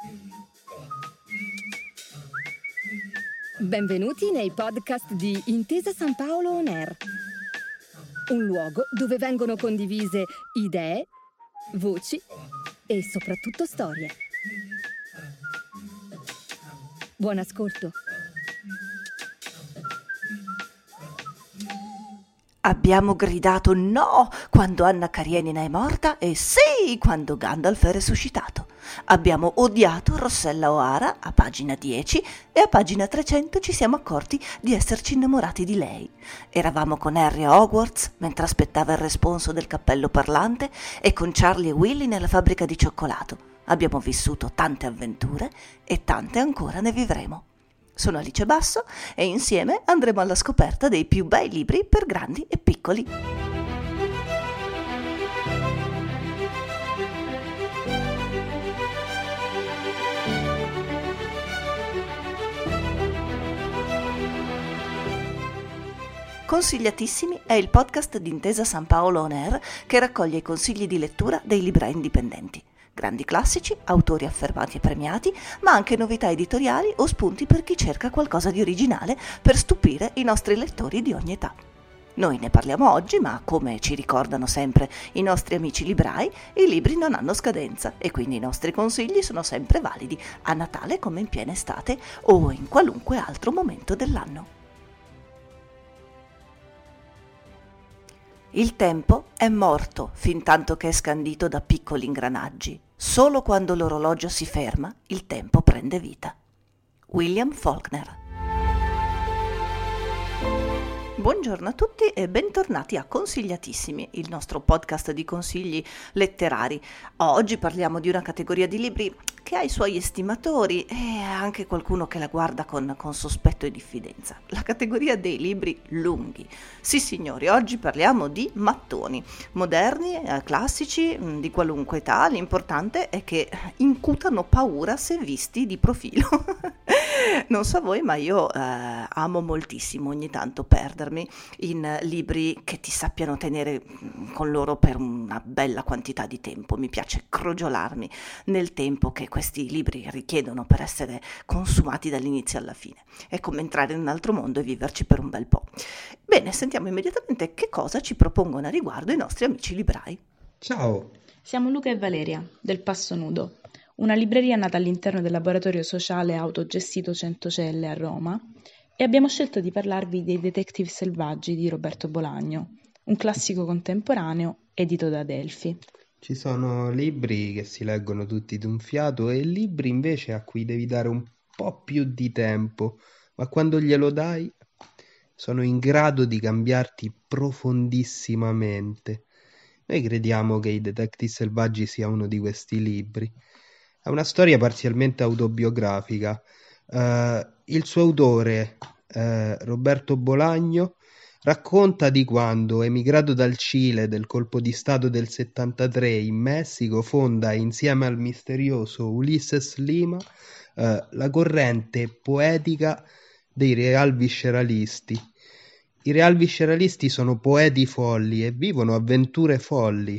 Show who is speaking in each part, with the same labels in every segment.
Speaker 1: Benvenuti nei podcast di Intesa San Paolo On Air, un luogo dove vengono condivise idee, voci e soprattutto storie. Buon ascolto.
Speaker 2: Abbiamo gridato no quando Anna Karenina è morta e sì quando Gandalf è resuscitato. Abbiamo odiato Rossella O'Hara a pagina 10 e a pagina 300 ci siamo accorti di esserci innamorati di lei. Eravamo con Harry a Hogwarts mentre aspettava il responso del cappello parlante e con Charlie e Willy nella fabbrica di cioccolato. Abbiamo vissuto tante avventure e tante ancora ne vivremo. Sono Alice Basso e insieme andremo alla scoperta dei più bei libri per grandi e piccoli. Consigliatissimi è il podcast di Intesa San Paolo On Air che raccoglie i consigli di lettura dei librai indipendenti. Grandi classici, autori affermati e premiati, ma anche novità editoriali o spunti per chi cerca qualcosa di originale per stupire i nostri lettori di ogni età. Noi ne parliamo oggi, ma come ci ricordano sempre i nostri amici librai, i libri non hanno scadenza e quindi i nostri consigli sono sempre validi a Natale come in piena estate o in qualunque altro momento dell'anno. Il tempo è morto fintanto che è scandito da piccoli ingranaggi. Solo quando l'orologio si ferma, il tempo prende vita. William Faulkner. Buongiorno a tutti e bentornati a Consigliatissimi, il nostro podcast di consigli letterari. Oggi parliamo di una categoria di libri che ha i suoi estimatori e anche qualcuno che la guarda con sospetto e diffidenza. La categoria dei libri lunghi. Sì signori, oggi parliamo di mattoni, moderni, classici, di qualunque età. L'importante è che incutano paura se visti di profilo. Non so voi, ma io amo moltissimo ogni tanto perdermi in libri che ti sappiano tenere con loro per una bella quantità di tempo. Mi piace crogiolarmi nel tempo che questi libri richiedono per essere consumati dall'inizio alla fine. È come entrare in un altro mondo e viverci per un bel po'. Bene, sentiamo immediatamente che cosa ci propongono a riguardo i nostri amici librai.
Speaker 3: Ciao!
Speaker 4: Siamo Luca e Valeria, del Passo Nudo, una libreria nata all'interno del laboratorio sociale autogestito Centocelle a Roma, e abbiamo scelto di parlarvi dei Detective Selvaggi di Roberto Bolagno, un classico contemporaneo edito da Adelphi.
Speaker 3: Ci sono libri che si leggono tutti d'un fiato e libri invece a cui devi dare un po' più di tempo, ma quando glielo dai sono in grado di cambiarti profondissimamente. Noi crediamo che i Detective Selvaggi sia uno di questi libri. È una storia parzialmente autobiografica. Il suo autore, Roberto Bolagno, racconta di quando, emigrato dal Cile del colpo di stato del 73 in Messico, fonda insieme al misterioso Ulises Lima la corrente poetica dei real visceralisti. I real visceralisti sono poeti folli e vivono avventure folli,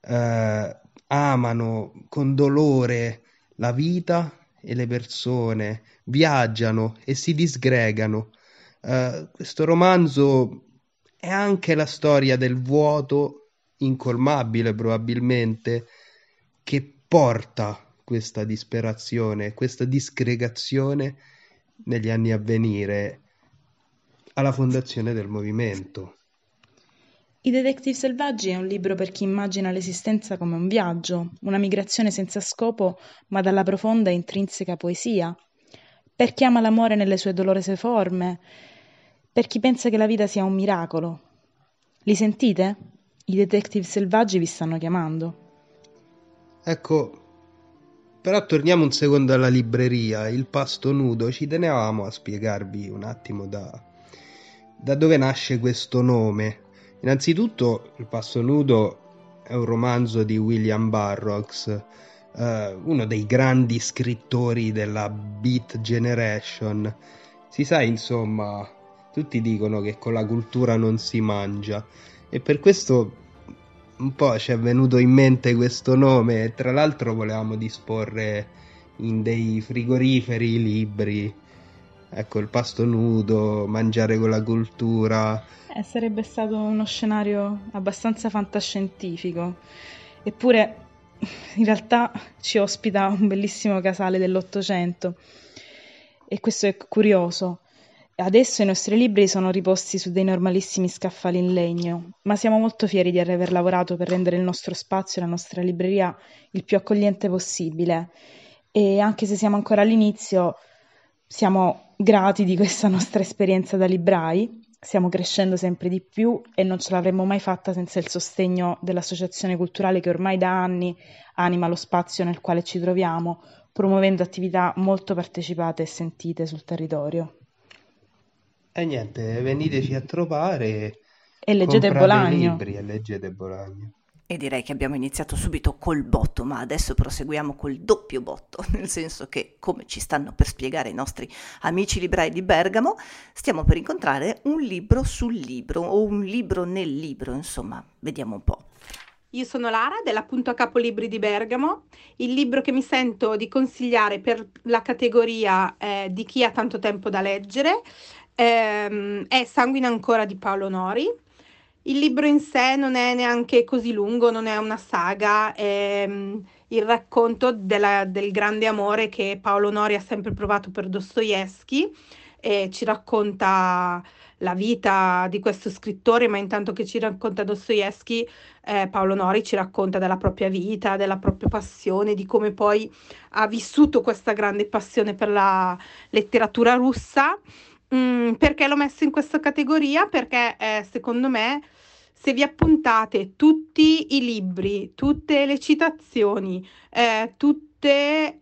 Speaker 3: amano con dolore la vita e le persone, viaggiano e si disgregano. Questo romanzo è anche la storia del vuoto incolmabile, probabilmente, che porta questa disperazione, questa disgregazione negli anni a venire alla fondazione del movimento.
Speaker 4: I Detective Selvaggi è un libro per chi immagina l'esistenza come un viaggio, una migrazione senza scopo ma dalla profonda e intrinseca poesia, per chi ama l'amore nelle sue dolorose forme, per chi pensa che la vita sia un miracolo. Li sentite? I Detective Selvaggi vi stanno chiamando.
Speaker 3: Ecco, però torniamo un secondo alla libreria, il Pasto Nudo. Ci tenevamo a spiegarvi un attimo da dove nasce questo nome. Innanzitutto il Passo Nudo è un romanzo di William Burroughs, uno dei grandi scrittori della Beat Generation. Si sa, insomma, tutti dicono che con la cultura non si mangia e per questo un po' ci è venuto in mente questo nome. Tra l'altro volevamo disporre in dei frigoriferi i libri, ecco, il pasto nudo, mangiare con la cultura.
Speaker 4: Sarebbe stato uno scenario abbastanza fantascientifico, eppure in realtà ci ospita un bellissimo casale dell'Ottocento e questo è curioso. Adesso i nostri libri sono riposti su dei normalissimi scaffali in legno, ma siamo molto fieri di aver lavorato per rendere il nostro spazio e la nostra libreria il più accogliente possibile. E anche se siamo ancora all'inizio, siamo grati di questa nostra esperienza da librai, stiamo crescendo sempre di più e non ce l'avremmo mai fatta senza il sostegno dell'associazione culturale che ormai da anni anima lo spazio nel quale ci troviamo, promuovendo attività molto partecipate e sentite sul territorio.
Speaker 3: E niente, veniteci a trovare,
Speaker 4: E leggete
Speaker 3: comprate i
Speaker 4: Bolagno.
Speaker 3: libri e leggete Bolagno.
Speaker 2: E direi che abbiamo iniziato subito col botto, ma adesso proseguiamo col doppio botto, nel senso che, come ci stanno per spiegare i nostri amici librai di Bergamo, stiamo per incontrare un libro sul libro, o un libro nel libro, insomma, vediamo un po'.
Speaker 5: Io sono Lara dell'Appunto a Capo Libri di Bergamo. Il libro che mi sento di consigliare per la categoria di chi ha tanto tempo da leggere è Sanguine ancora di Paolo Nori. Il libro in sé non è neanche così lungo, non è una saga, è il racconto del grande amore che Paolo Nori ha sempre provato per Dostoevskij, e ci racconta la vita di questo scrittore, ma intanto che ci racconta Dostoevskij, Paolo Nori ci racconta della propria vita, della propria passione, di come poi ha vissuto questa grande passione per la letteratura russa. Perché l'ho messo in questa categoria? Perché secondo me, se vi appuntate tutti i libri, tutte le citazioni, tutte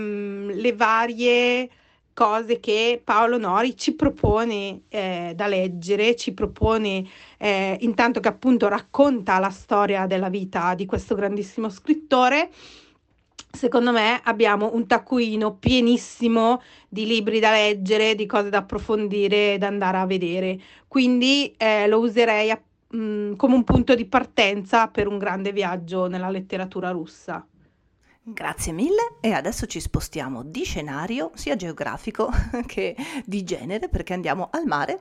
Speaker 5: le varie cose che Paolo Nori ci propone da leggere, ci propone intanto che appunto racconta la storia della vita di questo grandissimo scrittore, secondo me abbiamo un taccuino pienissimo di libri da leggere, di cose da approfondire, da andare a vedere. Quindi lo userei come un punto di partenza per un grande viaggio nella letteratura russa.
Speaker 2: Grazie mille, e adesso ci spostiamo di scenario, sia geografico che di genere, perché andiamo al mare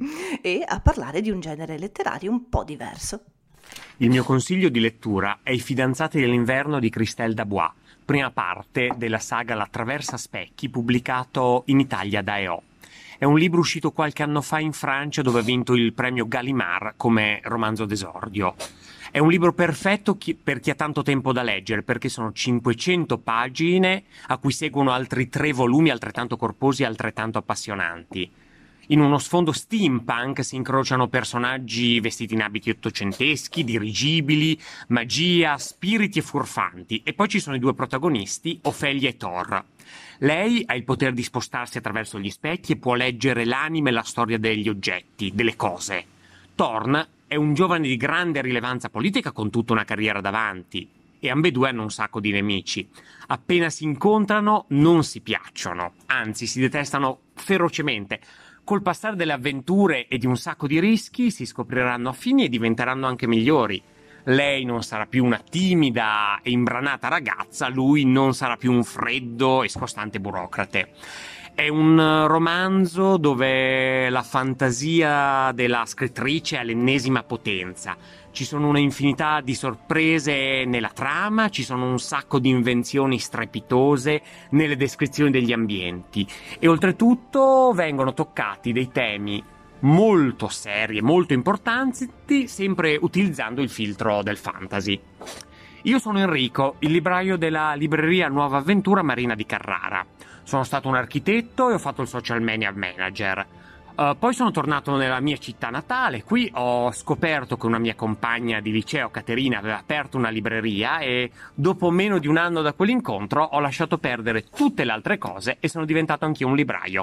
Speaker 2: e a parlare di un genere letterario un po' diverso.
Speaker 6: Il mio consiglio di lettura è I fidanzati dell'inverno di Christelle Dabois, prima parte della saga La Traversa Specchi, pubblicato in Italia da EO. È un libro uscito qualche anno fa in Francia, dove ha vinto il premio Gallimard come romanzo d'esordio. È un libro perfetto per chi ha tanto tempo da leggere, perché sono 500 pagine a cui seguono altri 3 volumi altrettanto corposi e altrettanto appassionanti. In uno sfondo steampunk si incrociano personaggi vestiti in abiti ottocenteschi, dirigibili, magia, spiriti e furfanti, e poi ci sono i 2 protagonisti, Ofelia e Thor. Lei ha il potere di spostarsi attraverso gli specchi e può leggere l'anima e la storia degli oggetti, delle cose. Thorn è un giovane di grande rilevanza politica con tutta una carriera davanti, e ambedue hanno un sacco di nemici. Appena si incontrano non si piacciono, anzi si detestano ferocemente. Col passare delle avventure e di un sacco di rischi si scopriranno affini e diventeranno anche migliori. Lei non sarà più una timida e imbranata ragazza, lui non sarà più un freddo e scostante burocrate. È un romanzo dove la fantasia della scrittrice è all'ennesima potenza. Ci sono una infinità di sorprese nella trama, ci sono un sacco di invenzioni strepitose nelle descrizioni degli ambienti, e oltretutto vengono toccati dei temi molto seri e molto importanti, sempre utilizzando il filtro del fantasy. Io sono Enrico, il libraio della libreria Nuova Avventura Marina di Carrara. Sono stato un architetto e ho fatto il social media manager. Poi sono tornato nella mia città natale. Qui ho scoperto che una mia compagna di liceo, Caterina, aveva aperto una libreria, e dopo meno di un anno da quell'incontro ho lasciato perdere tutte le altre cose e sono diventato anch'io un libraio.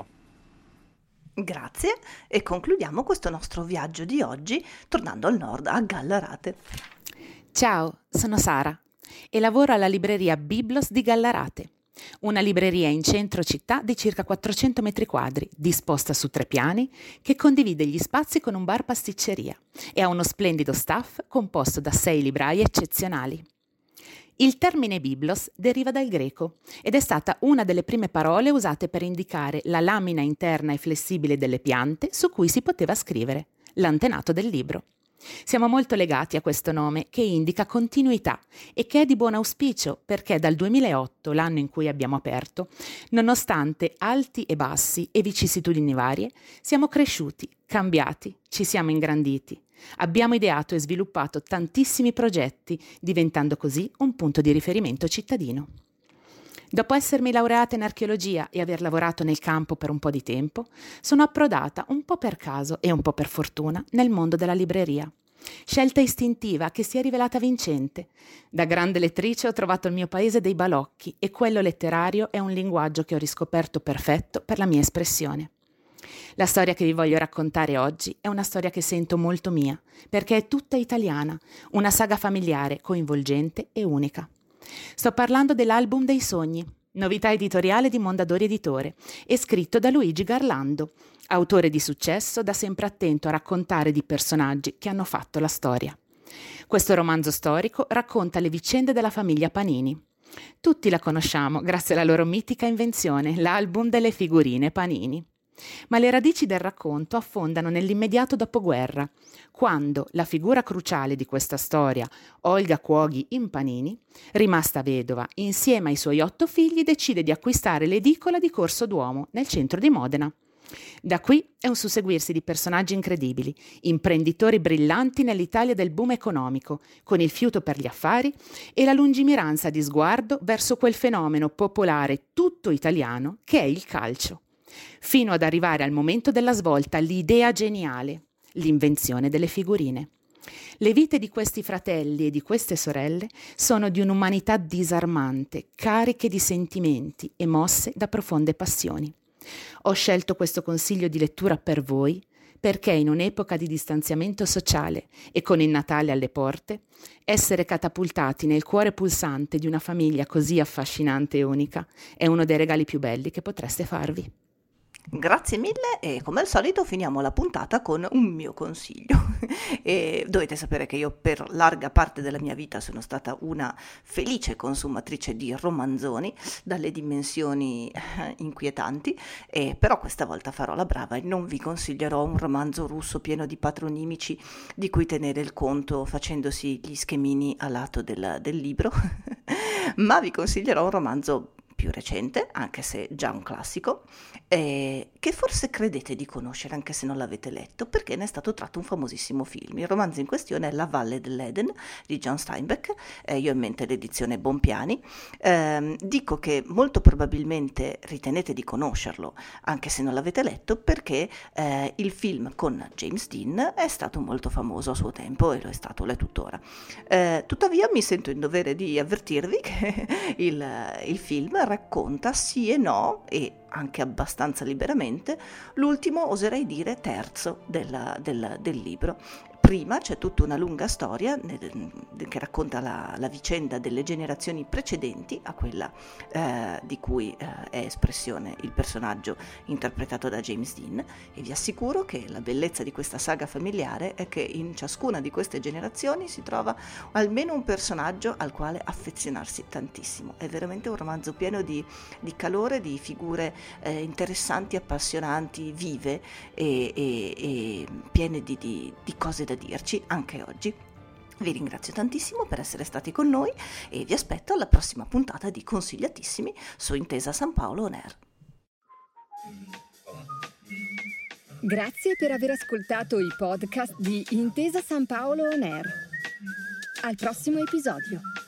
Speaker 2: Grazie, e concludiamo questo nostro viaggio di oggi tornando al nord, a Gallarate.
Speaker 7: Ciao, sono Sara e lavoro alla libreria Biblos di Gallarate, una libreria in centro città di circa 400 metri quadri, disposta su 3 piani, che condivide gli spazi con un bar pasticceria e ha uno splendido staff composto da 6 librai eccezionali. Il termine biblos deriva dal greco ed è stata una delle prime parole usate per indicare la lamina interna e flessibile delle piante su cui si poteva scrivere, l'antenato del libro. Siamo molto legati a questo nome che indica continuità e che è di buon auspicio perché dal 2008, l'anno in cui abbiamo aperto, nonostante alti e bassi e vicissitudini varie, siamo cresciuti, cambiati, ci siamo ingranditi. Abbiamo ideato e sviluppato tantissimi progetti, diventando così un punto di riferimento cittadino. Dopo essermi laureata in archeologia e aver lavorato nel campo per un po' di tempo, sono approdata un po' per caso e un po' per fortuna nel mondo della libreria. Scelta istintiva che si è rivelata vincente. Da grande lettrice ho trovato il mio paese dei balocchi e quello letterario è un linguaggio che ho riscoperto perfetto per la mia espressione. La storia che vi voglio raccontare oggi è una storia che sento molto mia, perché è tutta italiana, una saga familiare, coinvolgente e unica. Sto parlando dell'Album dei Sogni, novità editoriale di Mondadori Editore, e scritto da Luigi Garlando, autore di successo da sempre attento a raccontare di personaggi che hanno fatto la storia. Questo romanzo storico racconta le vicende della famiglia Panini. Tutti la conosciamo grazie alla loro mitica invenzione, l'album delle figurine Panini. Ma le radici del racconto affondano nell'immediato dopoguerra, quando la figura cruciale di questa storia, Olga Cuoghi Impanini, rimasta vedova, insieme ai suoi 8 figli decide di acquistare l'edicola di Corso Duomo, nel centro di Modena. Da qui è un susseguirsi di personaggi incredibili, imprenditori brillanti nell'Italia del boom economico, con il fiuto per gli affari e la lungimiranza di sguardo verso quel fenomeno popolare tutto italiano che è il calcio. Fino ad arrivare al momento della svolta, l'idea geniale, l'invenzione delle figurine. Le vite di questi fratelli e di queste sorelle sono di un'umanità disarmante, cariche di sentimenti e mosse da profonde passioni. Ho scelto questo consiglio di lettura per voi perché in un'epoca di distanziamento sociale e con il Natale alle porte, essere catapultati nel cuore pulsante di una famiglia così affascinante e unica è uno dei regali più belli che potreste farvi.
Speaker 2: Grazie mille e come al solito finiamo la puntata con un mio consiglio. E dovete sapere che io per larga parte della mia vita sono stata una felice consumatrice di romanzoni dalle dimensioni inquietanti, però questa volta farò la brava e non vi consiglierò un romanzo russo pieno di patronimici di cui tenere il conto facendosi gli schemini a lato del libro, ma vi consiglierò un romanzo più recente, anche se già un classico, che forse credete di conoscere anche se non l'avete letto, perché ne è stato tratto un famosissimo film. Il romanzo in questione è La Valle dell'Eden di John Steinbeck, io ho in mente l'edizione Bompiani. Dico che molto probabilmente ritenete di conoscerlo, anche se non l'avete letto, perché il film con James Dean è stato molto famoso a suo tempo e lo è stato, lo è tuttora. Tuttavia mi sento in dovere di avvertirvi che il film racconta sì e no, e anche abbastanza liberamente, l'ultimo, oserei dire, terzo del libro. Prima c'è tutta una lunga storia che racconta la vicenda delle generazioni precedenti a quella di cui è espressione il personaggio interpretato da James Dean, e vi assicuro che la bellezza di questa saga familiare è che in ciascuna di queste generazioni si trova almeno un personaggio al quale affezionarsi tantissimo. È veramente un romanzo pieno di calore, di figure interessanti, appassionanti, vive e piene di cose da dirci anche oggi. Vi ringrazio tantissimo per essere stati con noi e vi aspetto alla prossima puntata di Consigliatissimi su Intesa San Paolo On Air.
Speaker 1: Grazie per aver ascoltato i podcast di Intesa San Paolo On Air. Al prossimo episodio.